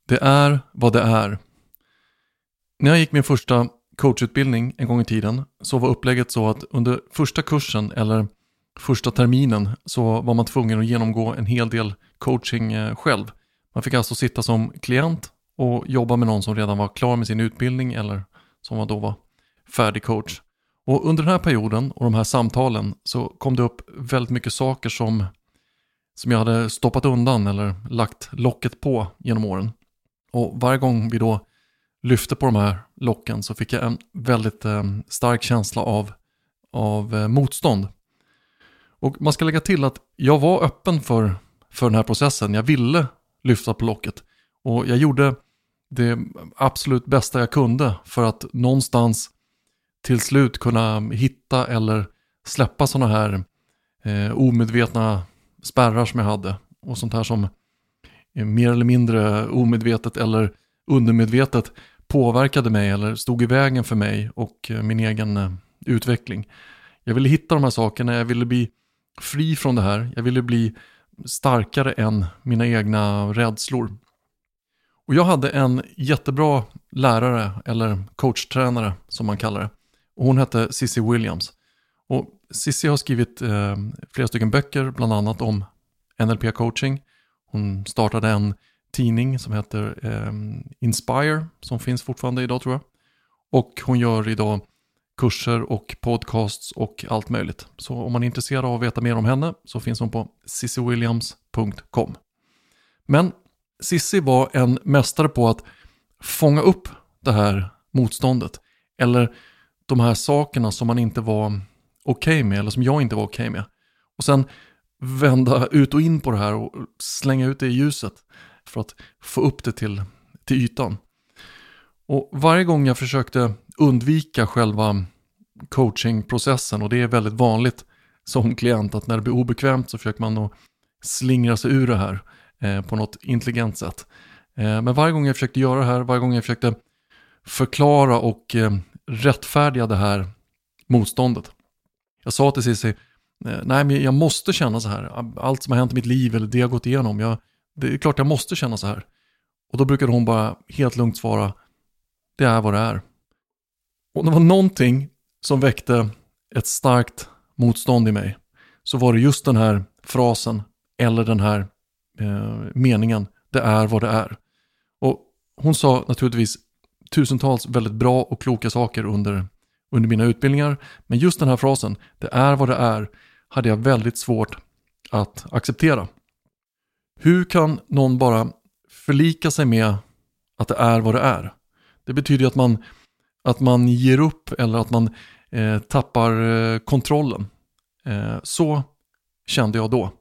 Det är vad det är. När jag gick min första coachutbildning en gång i tiden så var upplägget så att under första kursen eller första terminen så var man tvungen att genomgå en hel del coaching själv. Man fick alltså sitta som klient och jobba med någon som redan var klar med sin utbildning eller som då var färdig coach. Och under den här perioden och de här samtalen så kom det upp väldigt mycket saker som jag hade stoppat undan eller lagt locket på genom åren. Och varje gång vi då lyfte på de här locken så fick jag en väldigt stark känsla av motstånd. Och man ska lägga till att jag var öppen för den här processen. Jag ville lyfta på locket. Och jag gjorde det absolut bästa jag kunde för att någonstans till slut kunna hitta eller släppa sådana här omedvetna spärrar som jag hade. Och sånt här som mer eller mindre omedvetet eller undermedvetet påverkade mig eller stod i vägen för mig och min egen utveckling. Jag ville hitta de här sakerna, jag ville bli fri från det här. Jag ville bli starkare än mina egna rädslor. Och jag hade en jättebra lärare eller coachtränare som man kallar det. Och hon hette Cissi Williams. Och Cissi har skrivit flera stycken böcker bland annat om NLP-coaching. Hon startade en tidning som heter Inspire som finns fortfarande idag tror jag. Och hon gör idag kurser och podcasts och allt möjligt. Så om man är intresserad av att veta mer om henne så finns hon på cissiwilliams.com. Men Cissi var en mästare på att fånga upp det här motståndet. Eller de här sakerna som man inte var okej med eller som jag inte var okej med. Och sen vända ut och in på det här och slänga ut det i ljuset för att få upp det till ytan. Och varje gång jag försökte undvika själva coachingprocessen, och det är väldigt vanligt som klient att när det blir obekvämt så försöker man nog slingra sig ur det här på något intelligent sätt. Men varje gång jag försökte göra det här, varje gång jag försökte förklara och rättfärdiga det här motståndet. Jag sa till Cissi, nej men jag måste känna så här. Allt som har hänt i mitt liv eller det jag gått igenom, det är klart jag måste känna så här. Och då brukade hon bara helt lugnt svara, det är vad det är. Och det var någonting som väckte ett starkt motstånd i mig. Så var det just den här frasen eller den här meningen, det är vad det är. Och hon sa naturligtvis tusentals väldigt bra och kloka saker under mina utbildningar. Men just den här frasen, det är vad det är, hade jag väldigt svårt att acceptera. Hur kan någon bara förlika sig med att det är vad det är? Det betyder att man ger upp eller att man tappar kontrollen. Så kände jag då.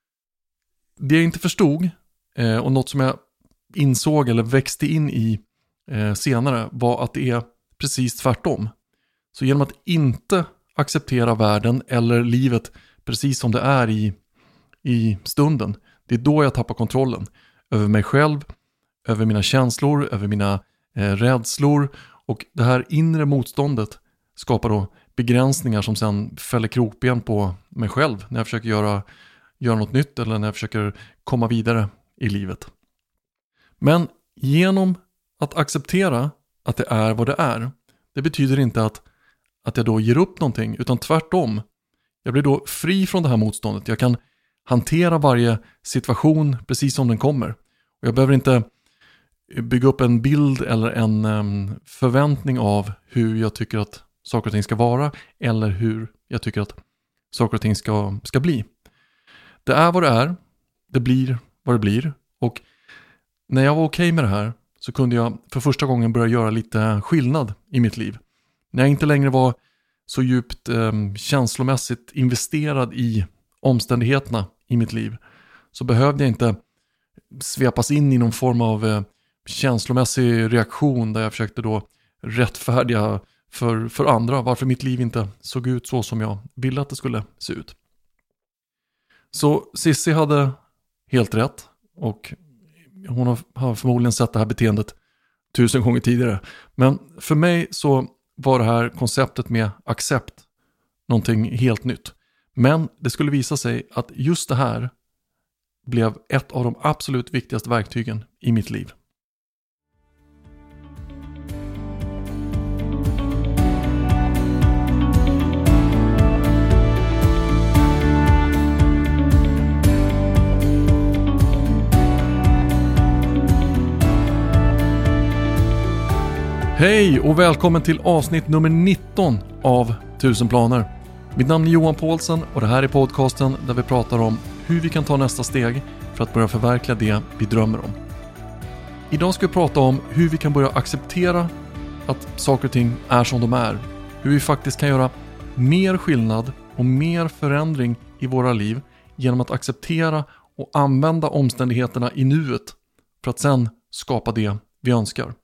Det jag inte förstod och något som jag insåg eller växte in i senare var att det är precis tvärtom. Så genom att inte acceptera världen eller livet precis som det är i stunden, det är då jag tappar kontrollen över mig själv, över mina känslor, över mina rädslor, och det här inre motståndet skapar då begränsningar som sen fäller krokben på mig själv när jag försöker göra något nytt eller när jag försöker komma vidare i livet. Men genom att acceptera att det är vad det är, det betyder inte att jag då ger upp någonting, utan tvärtom. Jag blir då fri från det här motståndet. Jag kan hantera varje situation precis som den kommer. Och jag behöver inte bygga upp en bild eller en förväntning av hur jag tycker att saker och ting ska vara eller hur jag tycker att saker och ting ska bli. Det är vad det är. Det blir vad det blir. Och när jag var okej med det här så kunde jag för första gången börja göra lite skillnad i mitt liv. När jag inte längre var så djupt känslomässigt investerad i omständigheterna i mitt liv så behövde jag inte svepas in i någon form av känslomässig reaktion där jag försökte då rättfärdiga för andra varför mitt liv inte såg ut så som jag ville att det skulle se ut. Så Cissi hade helt rätt, och hon har förmodligen sett det här beteendet 1000 gånger tidigare. Men för mig så var det här konceptet med accept någonting helt nytt. Men det skulle visa sig att just det här blev ett av de absolut viktigaste verktygen i mitt liv. Hej och välkommen till avsnitt nummer 19 av 1000 planer. Mitt namn är Johan Paulsen och det här är podcasten där vi pratar om hur vi kan ta nästa steg för att börja förverkliga det vi drömmer om. Idag ska vi prata om hur vi kan börja acceptera att saker och ting är som de är. Hur vi faktiskt kan göra mer skillnad och mer förändring i våra liv genom att acceptera och använda omständigheterna i nuet för att sen skapa det vi önskar.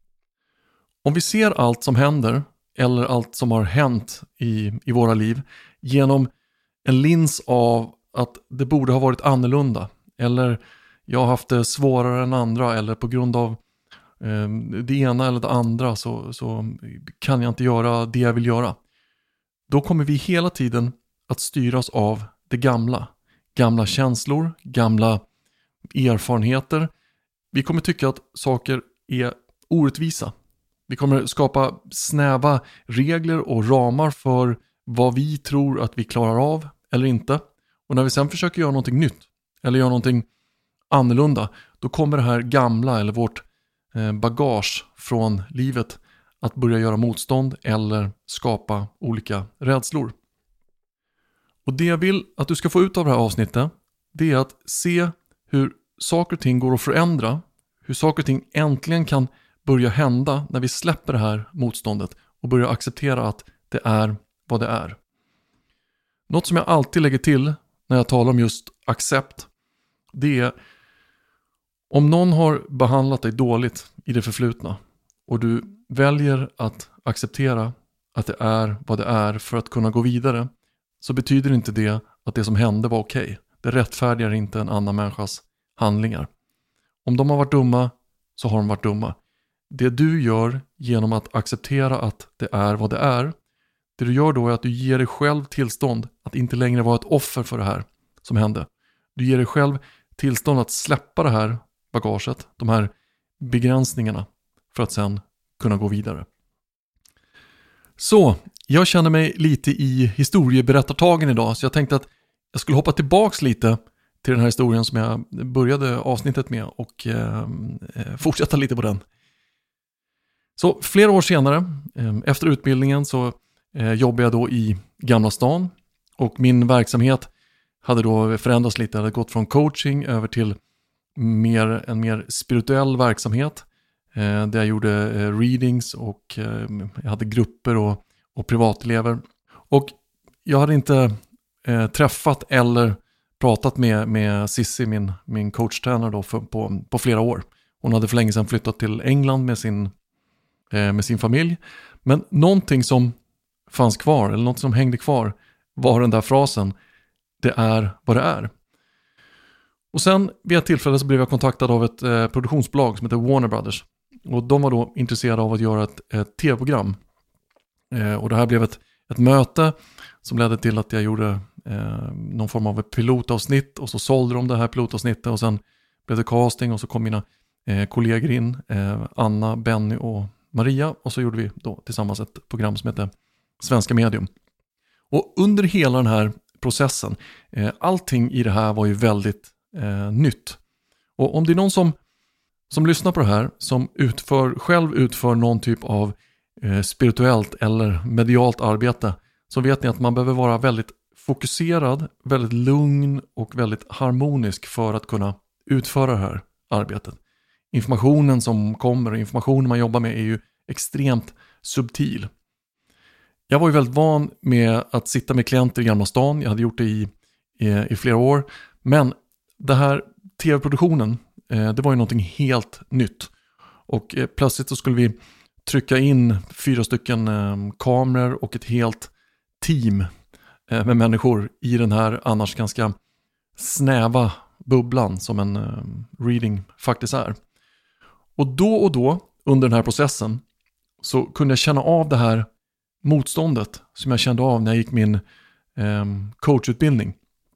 Om vi ser allt som händer eller allt som har hänt i våra liv genom en lins av att det borde ha varit annorlunda eller jag har haft det svårare än andra eller på grund av det ena eller det andra så kan jag inte göra det jag vill göra. Då kommer vi hela tiden att styras av det gamla. Gamla känslor, gamla erfarenheter. Vi kommer tycka att saker är orättvisa. Vi kommer skapa snäva regler och ramar för vad vi tror att vi klarar av eller inte. Och när vi sen försöker göra någonting nytt eller göra någonting annorlunda, då kommer det här gamla eller vårt bagage från livet att börja göra motstånd eller skapa olika rädslor. Och det jag vill att du ska få ut av det här avsnittet, det är att se hur saker och ting går att förändra, hur saker och ting äntligen kan börja hända när vi släpper det här motståndet och börjar acceptera att det är vad det är. Något som jag alltid lägger till när jag talar om just accept, det är om någon har behandlat dig dåligt i det förflutna och du väljer att acceptera att det är vad det är för att kunna gå vidare, så betyder inte det att det som hände var okej. Det rättfärdigar inte en annan människas handlingar. Om de har varit dumma så har de varit dumma. Det du gör genom att acceptera att det är vad det är, det du gör då är att du ger dig själv tillstånd att inte längre vara ett offer för det här som hände. Du ger dig själv tillstånd att släppa det här bagaget, de här begränsningarna, för att sen kunna gå vidare. Så, jag känner mig lite i historieberättartagen idag, så jag tänkte att jag skulle hoppa tillbaks lite till den här historien som jag började avsnittet med och fortsätta lite på den. Så flera år senare, efter utbildningen, så jobbade jag då i Gamla stan och min verksamhet hade då förändrats lite. Jag hade gått från coaching över till en mer spirituell verksamhet där jag gjorde readings och jag hade grupper och privatelever. Och jag hade inte träffat eller pratat med Sissi, min coachtränare då på flera år. Hon hade för länge sedan flyttat till England med sin familj. Men någonting som fanns kvar, eller någonting som hängde kvar, var den där frasen: det är vad det är. Och sen vid ett tillfälle så blev jag kontaktad av ett produktionsbolag som heter Warner Brothers. Och de var då intresserade av att göra ett tv-program. Och det här blev ett möte som ledde till att jag gjorde någon form av ett pilotavsnitt. Och så sålde de det här pilotavsnittet och sen blev det casting och så kom mina kollegor in, Anna, Benny och Maria, och så gjorde vi då tillsammans ett program som heter Svenska Medium. Och under hela den här processen, allting i det här var ju väldigt nytt. Och om det är någon som lyssnar på det här som själv utför någon typ av spirituellt eller medialt arbete, så vet ni att man behöver vara väldigt fokuserad, väldigt lugn och väldigt harmonisk för att kunna utföra det här arbetet. Informationen som kommer och informationen man jobbar med är ju extremt subtil. Jag var ju väldigt van med att sitta med klienter i Gamla stan. Jag hade gjort det i flera år. Men det här tv-produktionen, det var ju någonting helt nytt. Och plötsligt så skulle vi trycka in 4 stycken kameror och ett helt team med människor i den här annars ganska snäva bubblan som en reading faktiskt är. Och då under den här processen så kunde jag känna av det här motståndet som jag kände av när jag gick min coachutbildning.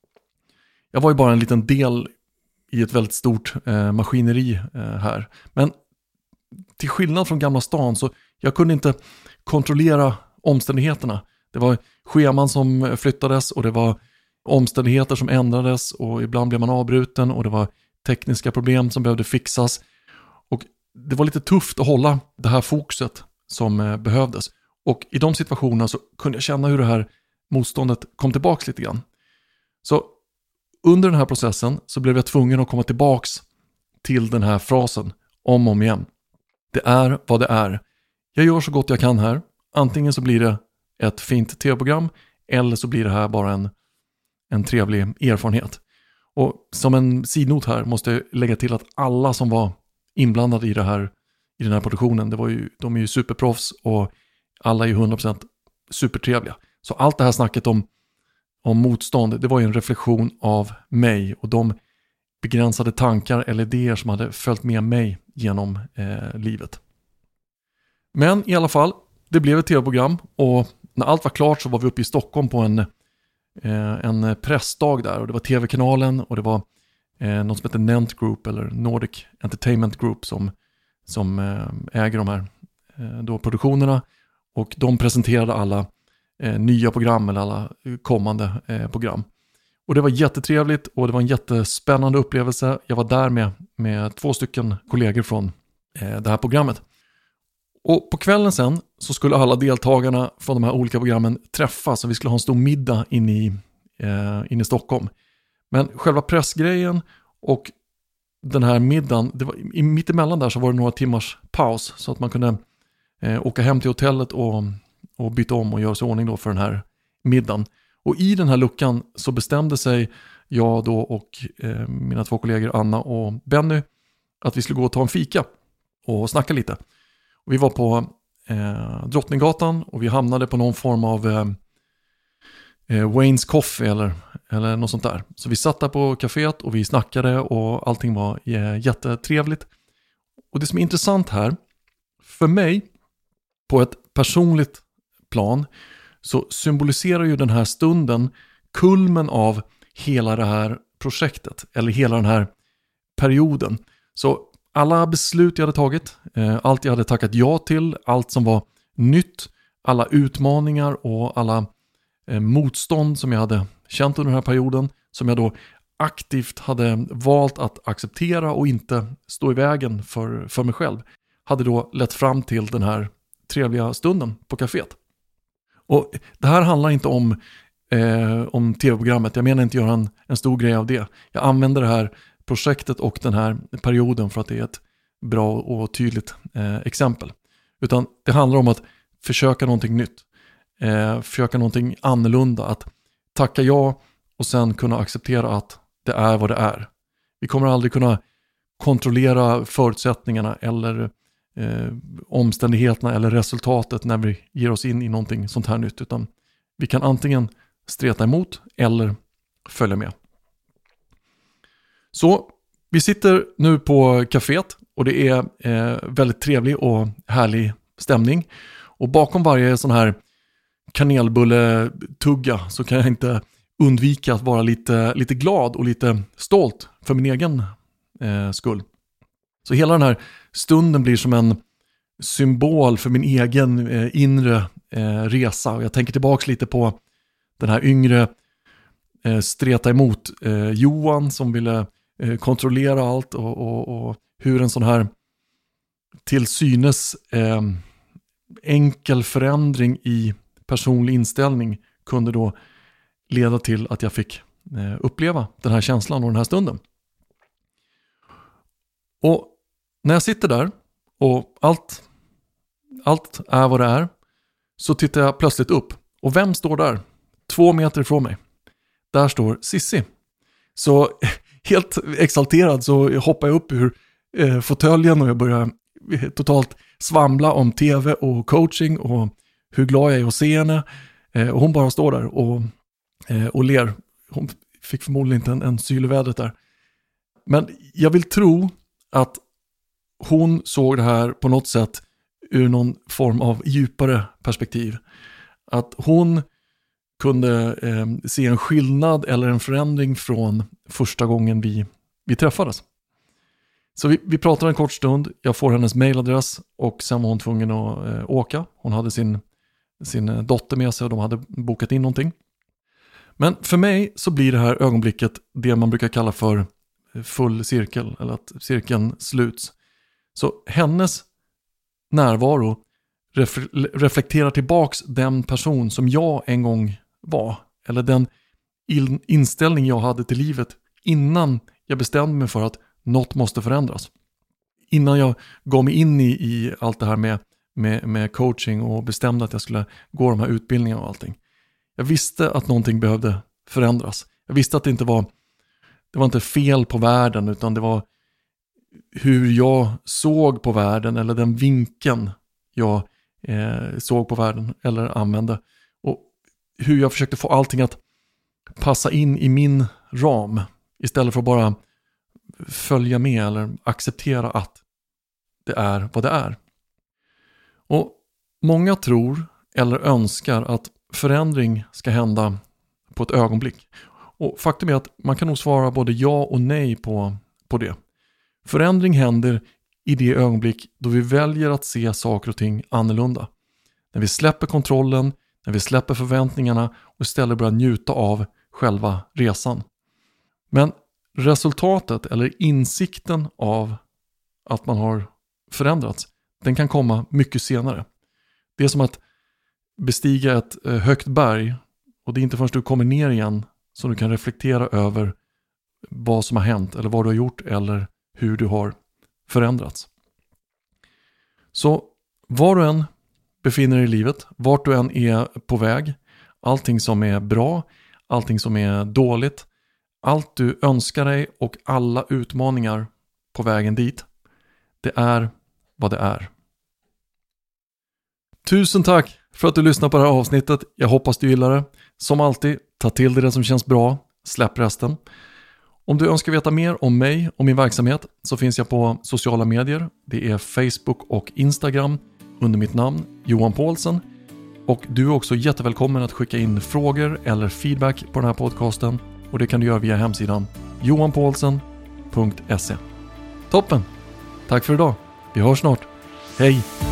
Jag var ju bara en liten del i ett väldigt stort maskineri här. Men till skillnad från Gamla stan så jag kunde inte kontrollera omständigheterna. Det var scheman som flyttades och det var omständigheter som ändrades och ibland blev man avbruten och det var tekniska problem som behövde fixas. Och det var lite tufft att hålla det här fokuset som behövdes. Och i de situationerna så kunde jag känna hur det här motståndet kom tillbaka lite grann. Så under den här processen så blev jag tvungen att komma tillbaks till den här frasen om och om igen. Det är vad det är. Jag gör så gott jag kan här. Antingen så blir det ett fint tv-program eller så blir det här bara en trevlig erfarenhet. Och som en sidnot här måste jag lägga till att alla som var inblandade i den här produktionen, de är ju superproffs och alla är ju 100% supertrevliga. Så allt det här snacket om motstånd, det var ju en reflektion av mig och de begränsade tankar eller idéer som hade följt med mig genom livet. Men i alla fall, det blev ett tv-program och när allt var klart så var vi uppe i Stockholm på en pressdag där och det var tv-kanalen och det var något som heter Nent Group eller Nordic Entertainment Group som äger de här då produktionerna och de presenterade alla nya program eller alla kommande program. Och det var jättetrevligt och det var en jättespännande upplevelse. Jag var där med 2 stycken kollegor från det här programmet. Och på kvällen sen så skulle alla deltagarna från de här olika programmen träffas och vi skulle ha en stor middag in i Stockholm. Men själva pressgrejen och den här middagen, det var, mitt emellan där så var det några timmars paus så att man kunde åka hem till hotellet och byta om och göra sig ordning då för den här middagen. Och i den här luckan så bestämde sig jag då och mina 2 kollegor Anna och Benny att vi skulle gå och ta en fika och snacka lite. Och vi var på Drottninggatan och vi hamnade på någon form av Wayne's Coffee eller något sånt där. Så vi satt där på kaféet och vi snackade och allting var jättetrevligt. Och det som är intressant här, för mig på ett personligt plan så symboliserar ju den här stunden kulmen av hela det här projektet eller hela den här perioden. Så alla beslut jag hade tagit, allt jag hade tackat ja till, allt som var nytt, alla utmaningar och alla motstånd som jag hade känt under den här perioden som jag då aktivt hade valt att acceptera och inte stå i vägen för mig själv hade då lett fram till den här trevliga stunden på kaféet. Och det här handlar inte om tv-programmet. Jag menar inte göra en stor grej av det. Jag använder det här projektet och den här perioden för att det är ett bra och tydligt exempel. Utan det handlar om att försöka någonting nytt. Försöka någonting annorlunda. Att tacka ja och sen kunna acceptera att det är vad det är. Vi kommer aldrig kunna kontrollera förutsättningarna eller omständigheterna eller resultatet när vi ger oss in i någonting sånt här nytt, utan vi kan antingen streta emot eller följa med. Så vi sitter nu på kaféet och det är väldigt trevlig och härlig stämning och bakom varje sån här kanelbulletugga så kan jag inte undvika att vara lite glad och lite stolt för min egen skull. Så hela den här stunden blir som en symbol för min egen inre resa. Och jag tänker tillbaka lite på den här yngre streta emot Johan som ville kontrollera allt och hur en sån här till synes enkel förändring i personlig inställning kunde då leda till att jag fick uppleva den här känslan och den här stunden. Och när jag sitter där och allt är vad det är så tittar jag plötsligt upp. Och vem står där? 2 meter ifrån mig. Där står Sissi. Så helt exalterad så hoppar jag upp ur fåtöljen och jag börjar totalt svamla om tv och coaching och hur glad jag är att se henne. Och hon bara står där och ler. Hon fick förmodligen inte en syl i vädret där. Men jag vill tro att hon såg det här på något sätt ur någon form av djupare perspektiv. Att hon kunde se en skillnad eller en förändring från första gången vi träffades. Så vi pratade en kort stund, jag får hennes mailadress och sen var hon tvungen att åka. Hon hade sin dotter med sig och de hade bokat in någonting. Men för mig så blir det här ögonblicket det man brukar kalla för full cirkel eller att cirkeln sluts. Så hennes närvaro reflekterar tillbaks den person som jag en gång var. Eller den inställning jag hade till livet innan jag bestämde mig för att något måste förändras. Innan jag gav mig in i allt det här med coaching och bestämde att jag skulle gå de här utbildningarna och allting. Jag visste att någonting behövde förändras. Jag visste att det var inte fel på världen, utan det var hur jag såg på världen, eller den vinkeln jag såg på världen eller använde. Och hur jag försökte få allting att passa in i min ram istället för att bara följa med eller acceptera att det är vad det är. Och många tror eller önskar att förändring ska hända på ett ögonblick. Och faktum är att man kan nog svara både ja och nej på det. Förändring händer i det ögonblick då vi väljer att se saker och ting annorlunda. När vi släpper kontrollen, när vi släpper förväntningarna och istället börjar njuta av själva resan. Men resultatet eller insikten av att man har förändrats, den kan komma mycket senare. Det är som att bestiga ett högt berg, och det är inte förrän du kommer ner igen som du kan reflektera över vad som har hänt eller vad du har gjort eller hur du har förändrats. Så var du än befinner dig i livet, vart du än är på väg, allting som är bra, allting som är dåligt, allt du önskar dig och alla utmaningar på vägen dit, det är vad det är. Tusen tack för att du lyssnar på det här avsnittet. Jag hoppas du gillar det. Som alltid, ta till dig det som känns bra, släpp resten. Om du önskar veta mer om mig och min verksamhet så finns jag på sociala medier. Det är Facebook och Instagram under mitt namn Johan Paulsen. Och du är också jättevälkommen att skicka in frågor eller feedback på den här podcasten. Och det kan du göra via hemsidan johanpaulsen.se. Toppen! Tack för idag. Vi hörs snart. Hej!